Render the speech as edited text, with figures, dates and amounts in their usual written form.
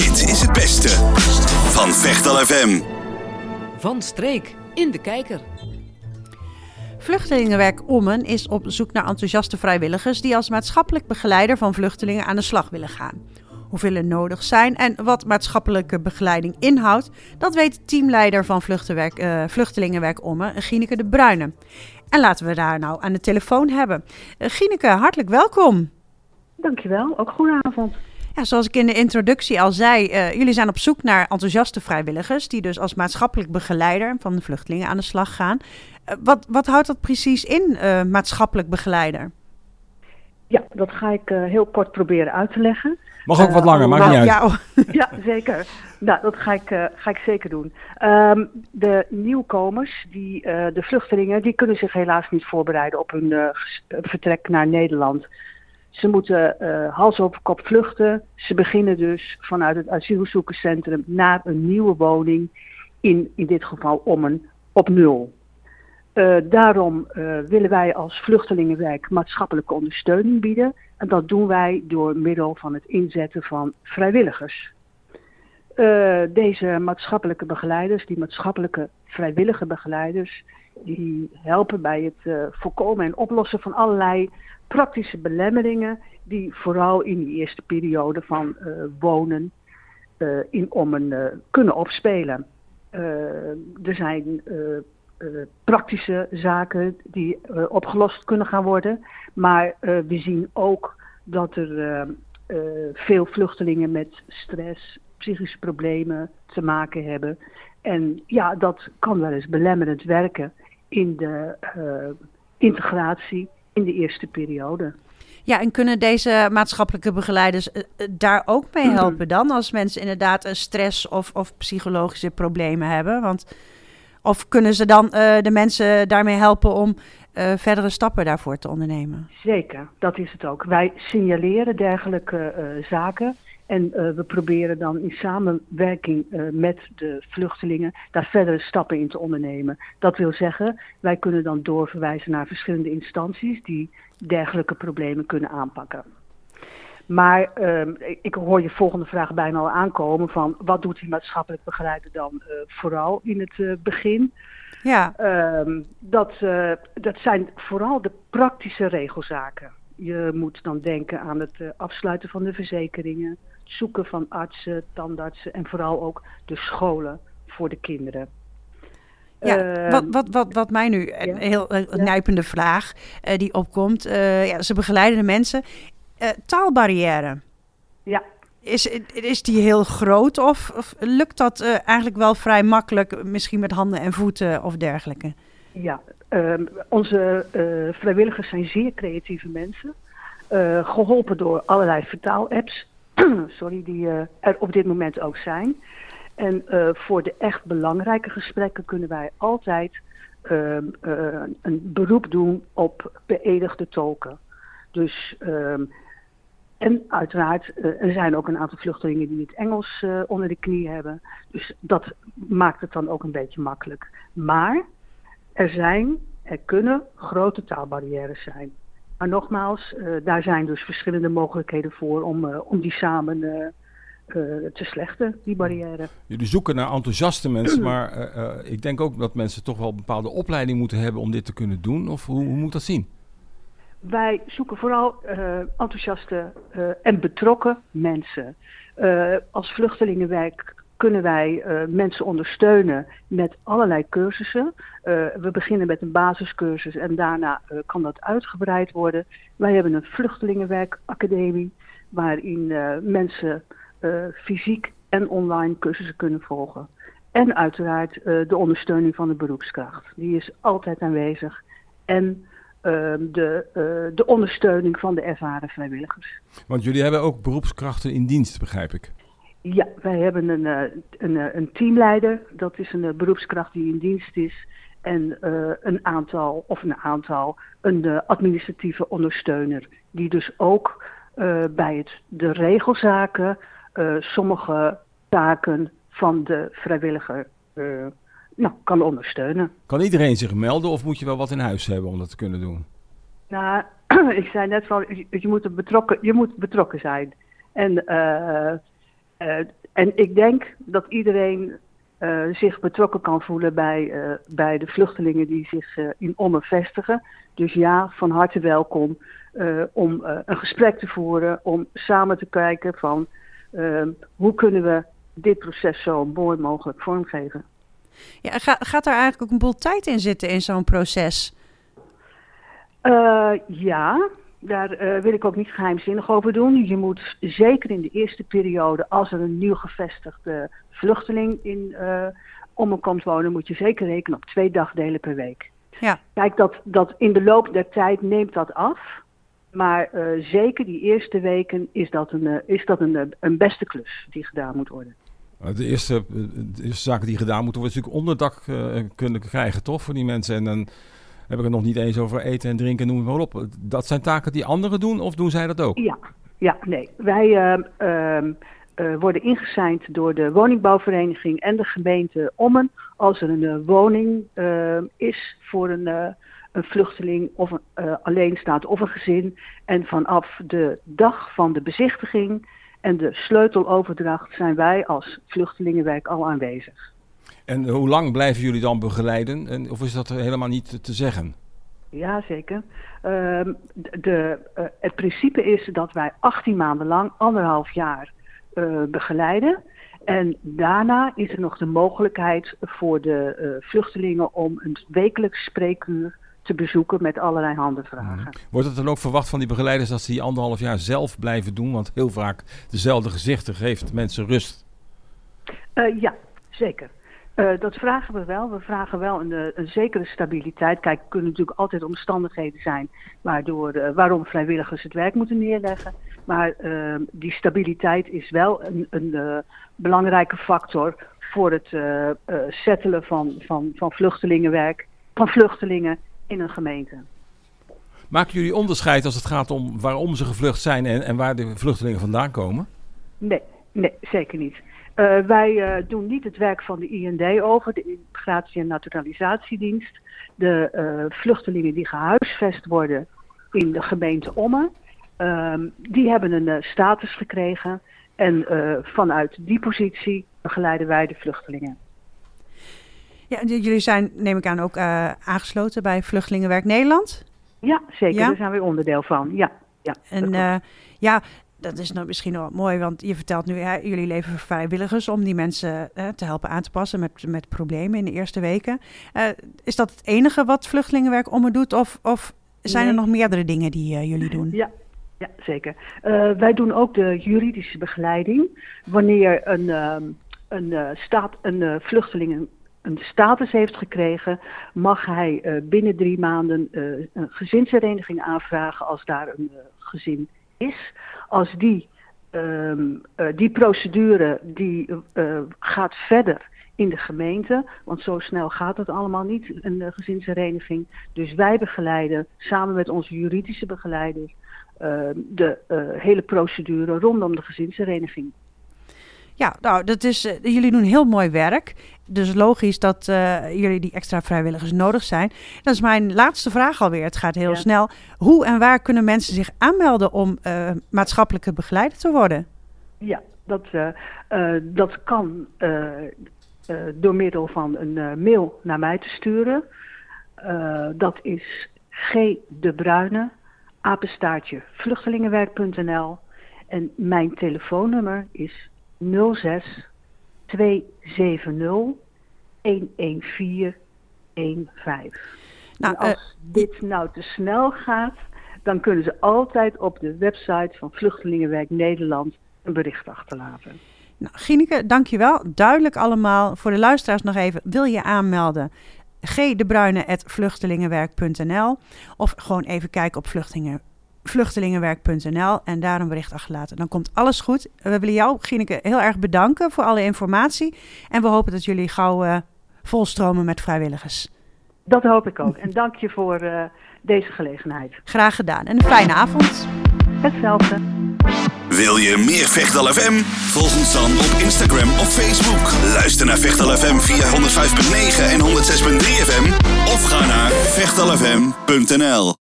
Dit is het beste van Vechtal FM. Van Streek in de kijker. Vluchtelingenwerk Ommen is op zoek naar enthousiaste vrijwilligers die als maatschappelijk begeleider van vluchtelingen aan de slag willen gaan. Hoeveel er nodig zijn en wat maatschappelijke begeleiding inhoudt, dat weet teamleider van Vluchtelingenwerk Ommen, Gineke de Bruyne. En laten we daar nou aan de telefoon hebben. Gineke, hartelijk welkom. Dankjewel, ook goedenavond. Ja, zoals ik in de introductie al zei, jullie zijn op zoek naar enthousiaste vrijwilligers die dus als maatschappelijk begeleider van de vluchtelingen aan de slag gaan. Wat houdt dat precies in, maatschappelijk begeleider? Ja, dat ga ik heel kort proberen uit te leggen. Mag ook wat langer, maakt niet uit. Ja, zeker. Nou, dat ga ik zeker doen. De nieuwkomers, de vluchtelingen, die kunnen zich helaas niet voorbereiden op hun vertrek naar Nederland. Ze moeten hals over kop vluchten. Ze beginnen dus vanuit het asielzoekerscentrum naar een nieuwe woning, in dit geval Ommen, op nul. Daarom willen wij als Vluchtelingenwerk maatschappelijke ondersteuning bieden. En dat doen wij door middel van het inzetten van vrijwilligers. Deze maatschappelijke begeleiders, die maatschappelijke vrijwillige begeleiders, die helpen bij het voorkomen en oplossen van allerlei praktische belemmeringen die vooral in die eerste periode van wonen in Ommen kunnen opspelen. Er zijn praktische zaken die opgelost kunnen gaan worden. Maar we zien ook dat er veel vluchtelingen met stress, psychische problemen te maken hebben. En ja, dat kan wel eens belemmerend werken in de integratie in de eerste periode. Ja, en kunnen deze maatschappelijke begeleiders daar ook mee helpen dan? Als mensen inderdaad stress of psychologische problemen hebben? Of kunnen ze dan de mensen daarmee helpen om verdere stappen daarvoor te ondernemen? Zeker, dat is het ook. Wij signaleren dergelijke zaken. En we proberen dan in samenwerking met de vluchtelingen daar verdere stappen in te ondernemen. Dat wil zeggen, wij kunnen dan doorverwijzen naar verschillende instanties die dergelijke problemen kunnen aanpakken. Maar ik hoor je volgende vraag bijna al aankomen van wat doet die maatschappelijk begeleider dan vooral in het begin? Ja. Dat zijn vooral de praktische regelzaken. Je moet dan denken aan het afsluiten van de verzekeringen, het zoeken van artsen, tandartsen en vooral ook de scholen voor de kinderen. Ja, wat mij nu een heel nijpende vraag die opkomt. Ze begeleiden de mensen. Taalbarrière. Ja. Is die heel groot of lukt dat eigenlijk wel vrij makkelijk, misschien met handen en voeten of dergelijke? Ja, onze vrijwilligers zijn zeer creatieve mensen. Geholpen door allerlei vertaalapps, die er op dit moment ook zijn. En voor de echt belangrijke gesprekken kunnen wij altijd een beroep doen op beëdigde tolken. Dus, en uiteraard, er zijn ook een aantal vluchtelingen die het Engels onder de knie hebben. Dus dat maakt het dan ook een beetje makkelijk. Maar er kunnen grote taalbarrières zijn. Maar nogmaals, daar zijn dus verschillende mogelijkheden voor om die samen te slechten, die barrière. Jullie zoeken naar enthousiaste mensen, maar ik denk ook dat mensen toch wel een bepaalde opleiding moeten hebben om dit te kunnen doen. Of hoe moet dat zien? Wij zoeken vooral enthousiaste en betrokken mensen. Als Vluchtelingenwerk kunnen wij mensen ondersteunen met allerlei cursussen. We beginnen met een basiscursus en daarna kan dat uitgebreid worden. Wij hebben een Vluchtelingenwerkacademie waarin mensen fysiek en online cursussen kunnen volgen. En uiteraard de ondersteuning van de beroepskracht. Die is altijd aanwezig. En de ondersteuning van de ervaren vrijwilligers. Want jullie hebben ook beroepskrachten in dienst, begrijp ik. Ja, wij hebben een teamleider. Dat is een beroepskracht die in dienst is. En een administratieve ondersteuner. Die dus ook bij de regelzaken sommige taken van de vrijwilliger kan ondersteunen. Kan iedereen zich melden of moet je wel wat in huis hebben om dat te kunnen doen? Nou, ik zei net van, je moet betrokken zijn. En ik denk dat iedereen zich betrokken kan voelen bij de vluchtelingen die zich in Ommen vestigen. Dus ja, van harte welkom om een gesprek te voeren, om samen te kijken van hoe kunnen we dit proces zo mooi mogelijk vormgeven. Ja, gaat er eigenlijk ook een boel tijd in zitten in zo'n proces? Ja, daar wil ik ook niet geheimzinnig over doen. Je moet zeker in de eerste periode, als er een nieuw gevestigde vluchteling in Ommen komt wonen, moet je zeker rekenen op 2 dagdelen per week. Ja. Kijk, dat in de loop der tijd neemt dat af. Maar zeker die eerste weken is dat een beste klus die gedaan moet worden. De eerste zaken die gedaan moeten worden, is natuurlijk onderdak kunnen krijgen, toch, voor die mensen. En dan heb ik het nog niet eens over eten en drinken, noem het maar op. Dat zijn taken die anderen doen, of doen zij dat ook? Ja, nee. Wij worden ingeseind door de woningbouwvereniging en de gemeente Ommen. Als er een woning is voor een vluchteling of alleenstaand of een gezin. En vanaf de dag van de bezichtiging en de sleuteloverdracht zijn wij als vluchtelingenwerk al aanwezig. En hoe lang blijven jullie dan begeleiden? Of is dat helemaal niet te zeggen? Ja, zeker. Het principe is dat wij 18 maanden lang, 1,5 jaar begeleiden. En daarna is er nog de mogelijkheid voor de vluchtelingen om een wekelijks spreekuur te bezoeken met allerlei handenvragen. Wordt het dan ook verwacht van die begeleiders dat ze die 1,5 jaar zelf blijven doen? Want heel vaak dezelfde gezichten geeft mensen rust. Ja, zeker. Dat vragen we wel. We vragen wel een zekere stabiliteit. Kijk, er kunnen natuurlijk altijd omstandigheden zijn waarom vrijwilligers het werk moeten neerleggen. Maar die stabiliteit is wel een belangrijke factor voor het settelen van vluchtelingenwerk, van vluchtelingen in een gemeente. Maken jullie onderscheid als het gaat om waarom ze gevlucht zijn en waar de vluchtelingen vandaan komen? Nee, zeker niet. Wij doen niet het werk van de IND over, de Immigratie- en Naturalisatiedienst. De vluchtelingen die gehuisvest worden in de gemeente Ommen, die hebben een status gekregen. En vanuit die positie begeleiden wij de vluchtelingen. Ja, jullie zijn, neem ik aan, ook aangesloten bij Vluchtelingenwerk Nederland? Ja, zeker. Ja? Daar zijn we onderdeel van. Ja. En dat is nou misschien wel mooi, want je vertelt nu, jullie leveren vrijwilligers om die mensen te helpen aan te passen met problemen in de eerste weken. Is dat het enige wat Vluchtelingenwerk Ommen doet of zijn er nog meerdere dingen die jullie doen? Ja, zeker. Wij doen ook de juridische begeleiding. Wanneer een vluchteling een status heeft gekregen, mag hij binnen 3 maanden een gezinshereniging aanvragen als daar een gezin is. Als die procedure gaat verder in de gemeente, want zo snel gaat het allemaal niet, een gezinshereniging. Dus wij begeleiden samen met onze juridische begeleiders de hele procedure rondom de gezinshereniging. Ja, nou, jullie doen heel mooi werk. Dus logisch dat jullie die extra vrijwilligers nodig zijn. Dat is mijn laatste vraag alweer. Het gaat heel snel. Hoe en waar kunnen mensen zich aanmelden om maatschappelijke begeleider te worden? Ja, dat kan door middel van een mail naar mij te sturen. Dat is gdebruyne@vluchtelingenwerk.nl. En mijn telefoonnummer is 06 270 11415. Nou, als dit nou te snel gaat, dan kunnen ze altijd op de website van Vluchtelingenwerk Nederland een bericht achterlaten. Nou, Gineke, dankjewel. Duidelijk allemaal. Voor de luisteraars nog even, wil je aanmelden? gdebruyne@vluchtelingenwerk.nl of gewoon even kijken op vluchtelingenwerk.nl en daar een bericht achterlaten. Dan komt alles goed. We willen jou, Gineke, heel erg bedanken voor alle informatie. En we hopen dat jullie gauw volstromen met vrijwilligers. Dat hoop ik ook. En dank je voor deze gelegenheid. Graag gedaan. En een fijne avond. Hetzelfde. Wil je meer Vechtal FM? Volg ons dan op Instagram of Facebook. Luister naar Vechtal FM via 105.9 en 106.3 FM. Of ga naar vechtalfm.nl.